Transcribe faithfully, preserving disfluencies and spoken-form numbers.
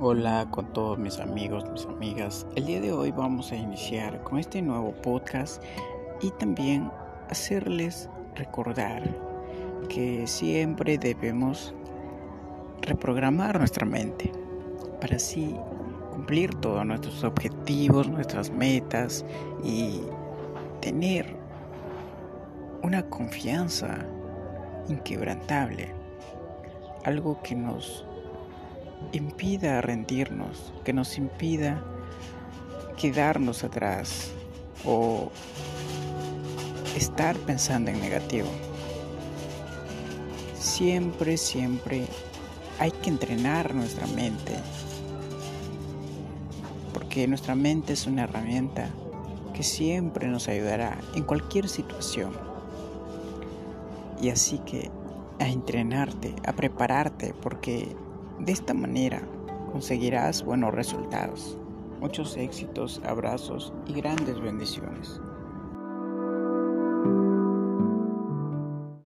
Hola con todos mis amigos, mis amigas. El día de hoy vamos a iniciar con este nuevo podcast y también hacerles recordar que siempre debemos reprogramar nuestra mente para así cumplir todos nuestros objetivos, nuestras metas y tener una confianza inquebrantable, algo que nos impida rendirnos, que nos impida quedarnos atrás o estar pensando en negativo. Siempre, siempre hay que entrenar nuestra mente, porque nuestra mente es una herramienta que siempre nos ayudará en cualquier situación. Y así que a entrenarte, a prepararte, porque de esta manera conseguirás buenos resultados, muchos éxitos, abrazos y grandes bendiciones.